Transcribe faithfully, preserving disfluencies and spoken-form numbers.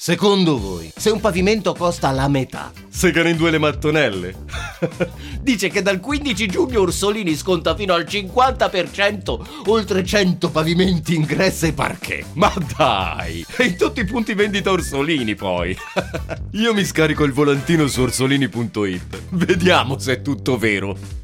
Secondo voi, se un pavimento costa la metà, segano in due le mattonelle? Dice che dal quindici giugno Orsolini sconta fino al cinquanta per cento, oltre cento pavimenti, ingresso e parquet. Ma dai! E in tutti i punti vendita Orsolini, poi! Io mi scarico il volantino su orsolini punto it. Vediamo se è tutto vero.